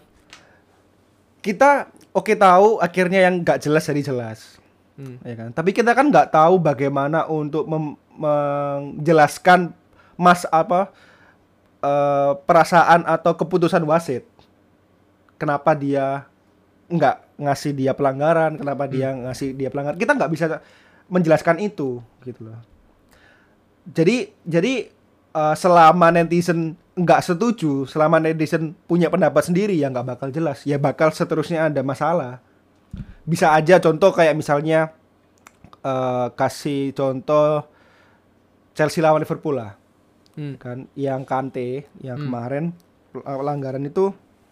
Speaker 2: kita oke tahu akhirnya yang nggak jelas jadi jelas. Hmm. Ya kan? Tapi kita kan nggak tahu bagaimana untuk mem- menjelaskan mas apa uh, perasaan atau keputusan wasit. Kenapa dia nggak ngasih dia pelanggaran? Kenapa hmm. dia ngasih dia pelanggaran? Kita nggak bisa menjelaskan itu gitu loh. Jadi jadi uh, selama netizen nggak setuju, selama netizen punya pendapat sendiri ya nggak bakal jelas, ya bakal seterusnya ada masalah. Bisa aja contoh kayak misalnya uh, kasih contoh Chelsea lawan Liverpool lah, hmm. kan yang Kante yang hmm. kemarin pelanggaran itu,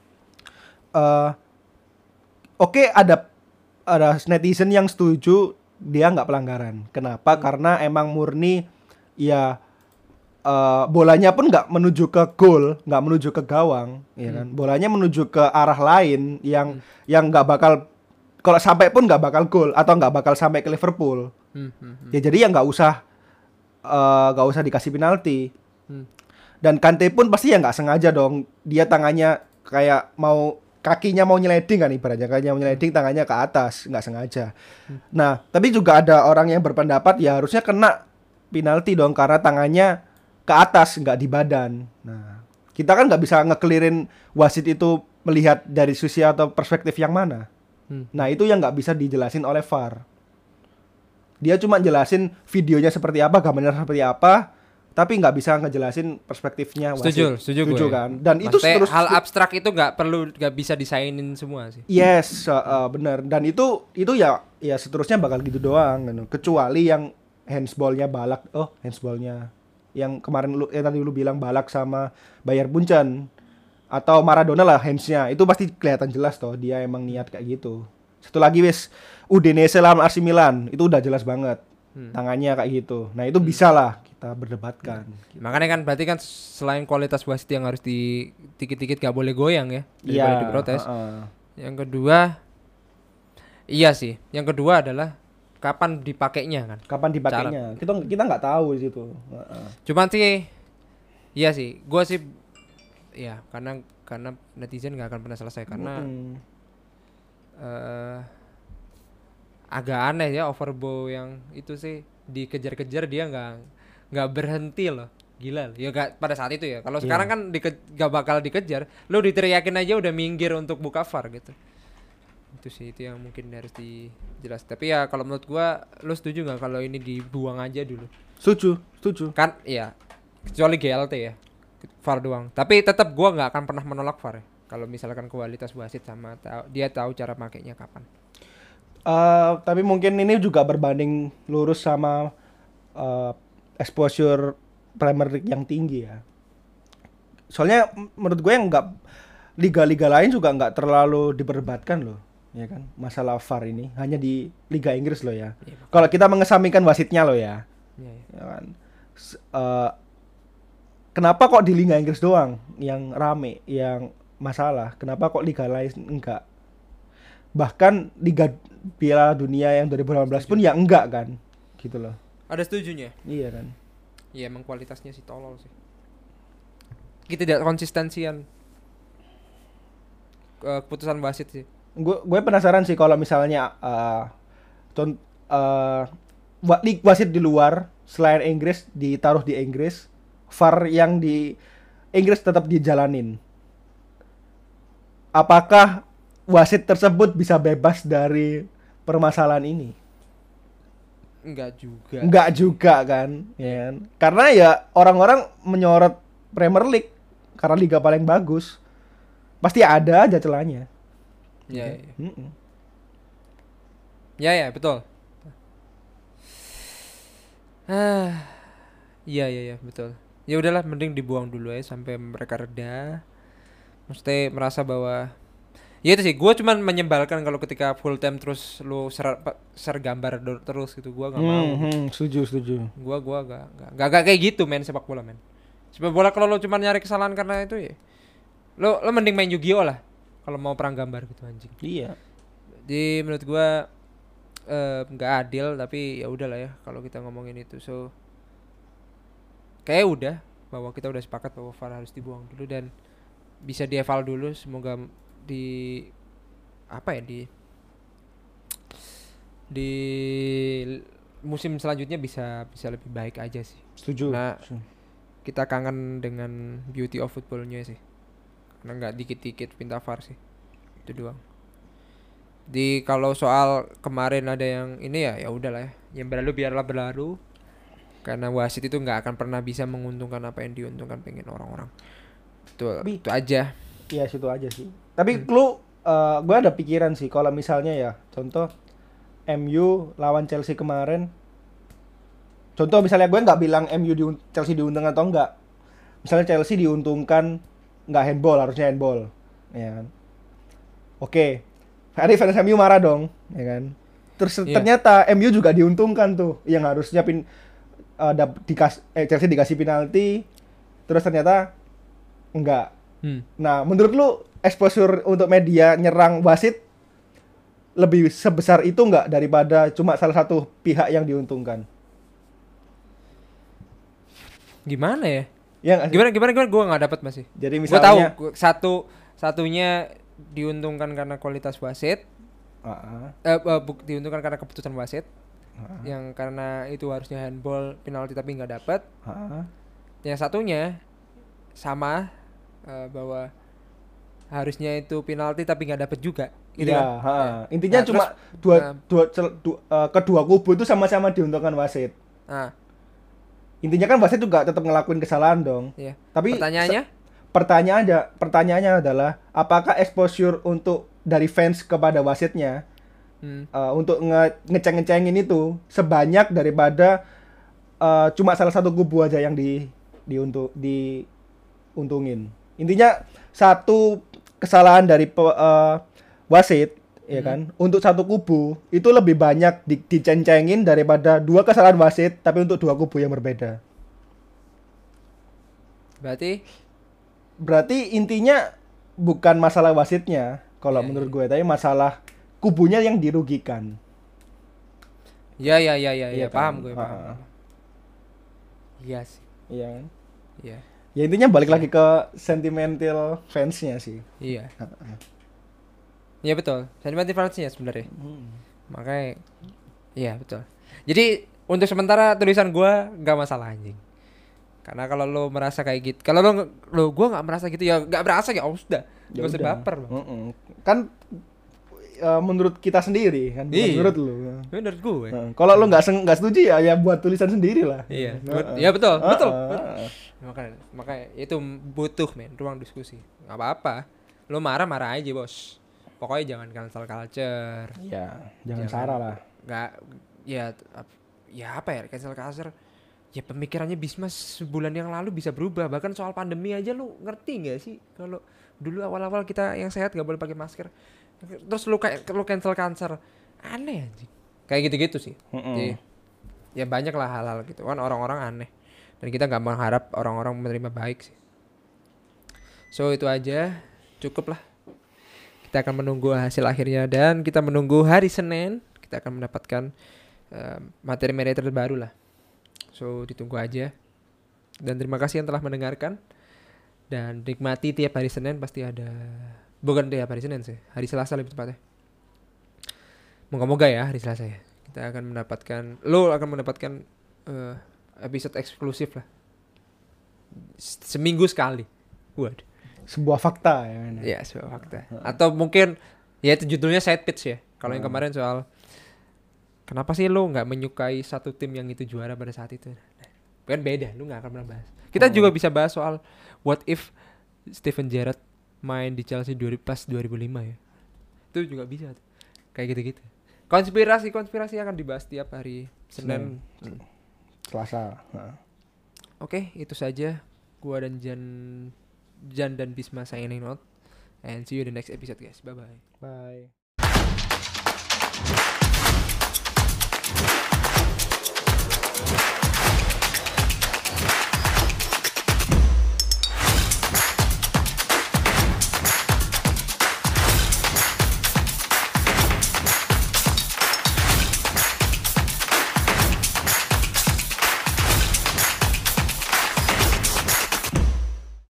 Speaker 2: uh, oke okay, ada ada netizen yang setuju dia nggak pelanggaran. Kenapa? Hmm. Karena emang murni ya uh, bolanya pun nggak menuju ke gol, nggak menuju ke gawang, hmm. ya kan? Bolanya menuju ke arah lain yang hmm. yang nggak bakal kalau sampai pun nggak bakal gol atau nggak bakal sampai ke Liverpool. Hmm. Hmm. Ya jadi ya nggak usah nggak uh, usah dikasih penalti. Hmm. Dan Kante pun pasti ya nggak sengaja dong. Dia tangannya kayak mau kakinya mau nyeleding kan ibaratnya, kakinya mau nyeleding tangannya ke atas, nggak sengaja. Hmm. Nah, tapi juga ada orang yang berpendapat ya harusnya kena penalti dong karena tangannya ke atas, nggak di badan. Nah, kita kan nggak bisa ngekelirin wasit itu melihat dari sisi atau perspektif yang mana. Hmm. Nah, itu yang nggak bisa dijelasin oleh V A R. Dia cuma jelasin videonya seperti apa, gambarnya seperti apa, tapi nggak bisa ngejelasin perspektifnya wasit.
Speaker 1: Setuju, setuju,
Speaker 2: setuju kan. Dan
Speaker 1: Maksudnya
Speaker 2: itu terus
Speaker 1: hal abstrak itu nggak perlu nggak bisa disainin semua sih.
Speaker 2: Yes, uh, uh, benar. Dan itu itu ya ya seterusnya bakal gitu doang, gitu. Kecuali yang handsballnya Balak, oh handsballnya yang kemarin lu yang tadi lu bilang Balak sama Bayern Munchen atau Maradona lah handsnya, itu pasti kelihatan jelas toh dia emang niat kayak gitu. Satu lagi wis Udinese lawan A C Milan itu udah jelas banget. Hmm. Tangannya kayak gitu. Nah itu hmm. bisa lah kita berdebatkan. Hmm.
Speaker 1: Gitu. Makanya kan berarti kan selain kualitas wasit yang harus di dikit-dikit gak boleh goyang ya daripada yeah, diprotes. Uh-uh. Yang kedua, iya sih. Yang kedua adalah kapan dipakainya kan.
Speaker 2: Kapan dipakainya? Cara. Kita kita nggak tahu di situ. Uh-uh.
Speaker 1: Cuman sih, iya sih. Gue sih, ya karena karena netizen nggak akan pernah selesai karena. Mm-hmm. Uh, agak aneh ya Overbo yang itu sih dikejar-kejar dia nggak nggak berhenti loh, gila loh. Ya gak, pada saat itu ya kalau yeah. sekarang kan dike, gak bakal dikejar, lo diteriakin aja udah minggir untuk buka V A R gitu. Itu sih itu yang mungkin harus dijelas. Tapi ya kalau menurut gua lo setuju nggak kalau ini dibuang aja dulu?
Speaker 2: Setuju, setuju
Speaker 1: kan ya, kecuali G L T ya V A R doang, tapi tetap gua nggak akan pernah menolak V A R ya. Kalau misalkan kualitas wasit sama tahu, dia tahu cara makainya kapan.
Speaker 2: Eh, tapi mungkin ini juga berbanding lurus sama eh, exposure Premier League yang tinggi ya. Soalnya m- menurut gue yang nggak liga-liga lain juga nggak terlalu diperdebatkan loh, ya kan? Masalah V A R ini hanya di Liga Inggris loh ya.
Speaker 1: Iya,
Speaker 2: Kalau kita mengesampingkan wasitnya loh ya,
Speaker 1: Iya, iya.
Speaker 2: ya kan? S- eh, kenapa kok di Liga Inggris doang yang rame, yang masalah? Kenapa kok liga lain enggak? Bahkan Liga Piala Dunia yang dua ribu delapan belas pun ya enggak kan, gitu loh.
Speaker 1: Ada setujunya?
Speaker 2: Iya kan.
Speaker 1: Iya, emang kualitasnya sih tolol sih. Kita tidak konsistensian eh, keputusan wasit sih.
Speaker 2: Gue gue penasaran sih kalau misalnya eh con- eh, wa- lig- wasit di luar selain Inggris ditaruh di Inggris, V A R yang di Inggris tetap dijalanin. Apakah wasit tersebut bisa bebas dari permasalahan ini?
Speaker 1: Enggak juga.
Speaker 2: Enggak juga kan, ya kan? Karena ya orang-orang menyorot Premier League karena liga paling bagus. Pasti ada aja celahnya.
Speaker 1: Ya, ya.
Speaker 2: Mm-mm.
Speaker 1: Ya, ya, betul. Ah, iya, iya, iya, betul. Ya udahlah, mending dibuang dulu ya sampai mereka reda. Mesti merasa bahwa ya itu sih, gue cuman menyebalkan kalau ketika full time terus lu ser, apa, share gambar do- terus gitu, gue nggak mau.
Speaker 2: Hmm, hmm, setuju, setuju.
Speaker 1: Gua gua gak gak, gak, gak kayak gitu men sepak bola men. Sepak bola kalau lo cuma nyari kesalahan karena itu ya, lo lo mending main Yu-Gi-Oh lah kalau mau perang gambar gitu anjing.
Speaker 2: Iya.
Speaker 1: Jadi menurut gua eh, nggak adil, tapi ya udahlah ya kalau kita ngomongin itu. So kayak udah bahwa kita udah sepakat bahwa V A R harus dibuang dulu dan bisa dieval dulu, semoga di apa ya di di musim selanjutnya bisa bisa lebih baik aja sih.
Speaker 2: Setuju.
Speaker 1: Nah, kita kangen dengan beauty of footballnya sih, karena nggak dikit-dikit pinta V A R sih, itu doang. Di kalau soal kemarin ada yang ini ya ya udahlah ya, yang berlalu biarlah berlalu, karena wasit itu nggak akan pernah bisa menguntungkan apa yang diuntungkan pengen orang-orang. Itu
Speaker 2: Tapi-
Speaker 1: itu aja.
Speaker 2: Iya, situ aja sih. Tapi lu eh, gue ada pikiran sih kalau misalnya ya contoh M U lawan Chelsea kemarin. Contoh misalnya gue nggak bilang M U di Chelsea diuntungkan atau enggak. Misalnya Chelsea diuntungkan nggak handball, harusnya handball, ya kan. Oke. Hari fans M U marah dong, ya kan. Terus
Speaker 1: Iya.
Speaker 2: ternyata M U juga diuntungkan tuh, yang harusnya pin eh, dap- dikas eh, Chelsea dikasih penalti, terus ternyata enggak.
Speaker 1: Hmm.
Speaker 2: Nah, menurut lu exposure untuk media nyerang wasit lebih sebesar itu enggak daripada cuma salah satu pihak yang diuntungkan?
Speaker 1: Gimana ya?
Speaker 2: Ya nggak sih?
Speaker 1: Gimana gimana gimana gue nggak dapat masih.
Speaker 2: Jadi
Speaker 1: Gue tahu
Speaker 2: misalnya
Speaker 1: gua- satu satunya diuntungkan karena kualitas wasit,
Speaker 2: Ah,
Speaker 1: eh, eh, buk- diuntungkan karena keputusan wasit,
Speaker 2: ah,
Speaker 1: yang karena itu harusnya handball penalti tapi nggak dapat.
Speaker 2: ah.
Speaker 1: Yang satunya sama eh, bahwa harusnya itu penalti tapi nggak dapat juga. Gitu
Speaker 2: Iya,
Speaker 1: kan?
Speaker 2: ha.
Speaker 1: Ya.
Speaker 2: Intinya
Speaker 1: Nah,
Speaker 2: cuma
Speaker 1: terus,
Speaker 2: dua,
Speaker 1: nah,
Speaker 2: dua, cel- du- eh, kedua kubu itu sama-sama diuntungkan wasit.
Speaker 1: nah,
Speaker 2: Intinya kan wasit juga tetap ngelakuin kesalahan dong.
Speaker 1: iya.
Speaker 2: Tapi
Speaker 1: Pertanyaannya?
Speaker 2: se- pertanyaannya pertanyaannya adalah apakah exposure untuk dari fans kepada wasitnya
Speaker 1: Hmm.
Speaker 2: eh, untuk nge ngeceng-ngecengin itu sebanyak daripada eh, cuma salah satu kubu aja yang di diuntung diuntungin. Intinya satu kesalahan dari pe- eh, wasit ya kan untuk satu kubu itu lebih banyak di, diceng-cengin daripada dua kesalahan wasit tapi untuk dua kubu yang berbeda.
Speaker 1: Berarti
Speaker 2: Berarti intinya bukan masalah wasitnya kalau
Speaker 1: Iya,
Speaker 2: menurut gue, tapi masalah kubunya yang dirugikan.
Speaker 1: ya ya ya ya, ya
Speaker 2: Iya kan?
Speaker 1: paham gue paham.
Speaker 2: Ah.
Speaker 1: Iya sih.
Speaker 2: Iya kan?
Speaker 1: Iya.
Speaker 2: Ya intinya balik lagi ke sentimental fansnya sih.
Speaker 1: Iya. Iya betul. Sentimental fansnya sebenarnya. Makanya iya betul. Jadi untuk sementara tulisan gua nggak masalah anjing. Karena kalau lo merasa kayak gitu, kalau lo nge- lo gua nggak merasa gitu ya nggak berasa ya, oh sudah.
Speaker 2: Ya
Speaker 1: Gak usah
Speaker 2: udah.
Speaker 1: baper Bang.
Speaker 2: Mm-mm. Kan eh, menurut kita sendiri kan, bukan
Speaker 1: Iya.
Speaker 2: menurut lu.
Speaker 1: Menurut gue.
Speaker 2: Nah, kalau lu nggak seng- nggak setuju ya ya buat tulisan sendiri lah.
Speaker 1: Iya.
Speaker 2: Nah,
Speaker 1: Bet- Iya betul,
Speaker 2: ah,
Speaker 1: betul.
Speaker 2: ah,
Speaker 1: betul.
Speaker 2: ah.
Speaker 1: Makanya makanya itu butuh men ruang diskusi. Nggak apa-apa. Lo marah-marah aja, Bos. Pokoknya jangan cancel culture.
Speaker 2: Ya, jangan
Speaker 1: Jangan-
Speaker 2: Sarah lah.
Speaker 1: Nggak ya ap- ya apa ya cancel culture. Ya pemikirannya Bisma sebulan yang lalu bisa berubah. Bahkan soal pandemi aja lu ngerti nggak sih kalau dulu awal-awal kita yang sehat nggak boleh pakai masker. Terus lu kayak lu cancel culture. Aneh anjing. Kayak gitu-gitu sih.
Speaker 2: Mm-mm.
Speaker 1: Jadi, ya banyak lah hal-hal gitu kan orang-orang aneh. Dan kita nggak mengharap orang-orang menerima baik sih. So itu aja, cukup lah. Kita akan menunggu hasil akhirnya dan kita menunggu hari Senin kita akan mendapatkan eh, materi-materi terbaru lah. So ditunggu aja. Dan terima kasih yang telah mendengarkan dan nikmati tiap hari Senin pasti ada, bukan tiap hari Senin sih, hari Selasa lebih tepatnya. Moga-moga ya hari Selasa ya. Kita akan mendapatkan, lo akan mendapatkan eh, episode eksklusif lah. S- Seminggu sekali. Waduh.
Speaker 2: Sebuah fakta ya. kan?
Speaker 1: Ya, sebuah fakta. Atau mungkin ya itu judulnya side pitch ya. Kalau yang kemarin soal kenapa sih lo nggak menyukai satu tim yang itu juara pada saat itu? Nah, kan beda, lu nggak akan pernah bahas. Kita juga bisa bahas soal what if Steven Gerrard main di Chelsea dua ribu pas dua ribu lima ya. Itu juga bisa tuh. Kayak gitu-gitu. Konspirasi-konspirasi akan dibahas tiap hari Senin. Hmm.
Speaker 2: Selasa. Nah.
Speaker 1: Oke, itu saja. Gua dan Jan Jan dan Bisma signing out. And see you in the next episode guys. Bye bye.
Speaker 2: Bye.